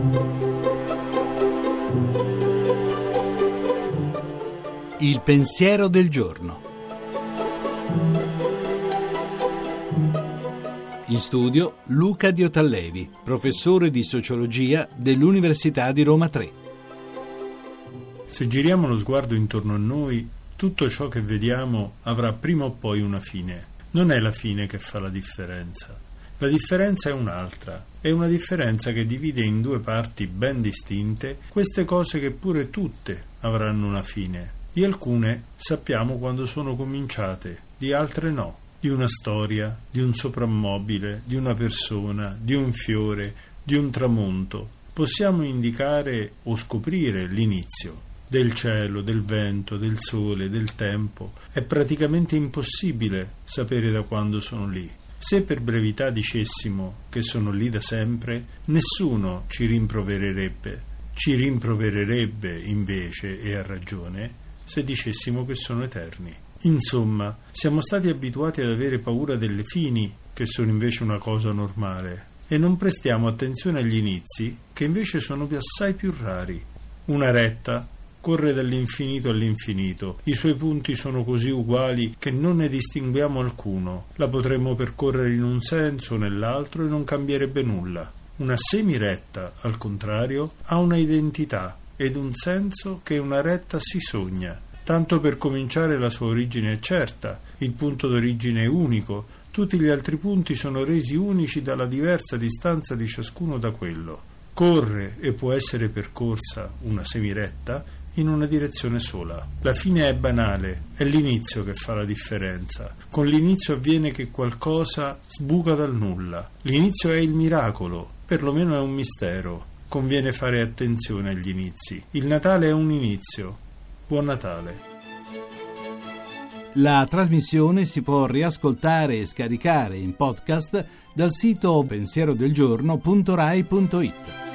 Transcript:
Il pensiero del giorno. In studio Luca Diotallevi, professore di sociologia dell'Università di Roma III. Se giriamo lo sguardo intorno a noi, tutto ciò che vediamo avrà prima o poi una fine. Non è la fine che fa la differenza. La differenza è un'altra. È una differenza che divide in due parti ben distinte queste cose che pure tutte avranno una fine. Di alcune sappiamo quando sono cominciate, di altre no. Di una storia, di un soprammobile, di una persona, di un fiore, di un tramonto. Possiamo indicare o scoprire l'inizio. Del cielo, del vento, del sole, del tempo. È praticamente impossibile sapere da quando sono lì. Se per brevità dicessimo che sono lì da sempre, nessuno ci rimprovererebbe. Ci rimprovererebbe invece, e a ragione, se dicessimo che sono eterni. Insomma, siamo stati abituati ad avere paura delle fini, che sono invece una cosa normale, e non prestiamo attenzione agli inizi, che invece sono assai più rari. Una retta corre dall'infinito all'infinito. I suoi punti sono così uguali che non ne distinguiamo alcuno. La potremmo percorrere in un senso o nell'altro e non cambierebbe nulla. Una semiretta, al contrario, ha una identità ed un senso che una retta si sogna. Tanto per cominciare la sua origine è certa, il punto d'origine è unico, tutti gli altri punti sono resi unici dalla diversa distanza di ciascuno da quello. Corre e può essere percorsa una semiretta in una direzione sola. La fine è banale, è l'inizio che fa la differenza. Con l'inizio avviene che qualcosa sbuca dal nulla. L'inizio è il miracolo, perlomeno è un mistero. Conviene fare attenzione agli inizi. Il Natale è un inizio. Buon Natale. La trasmissione si può riascoltare e scaricare in podcast dal sito pensierodelgiorno.rai.it.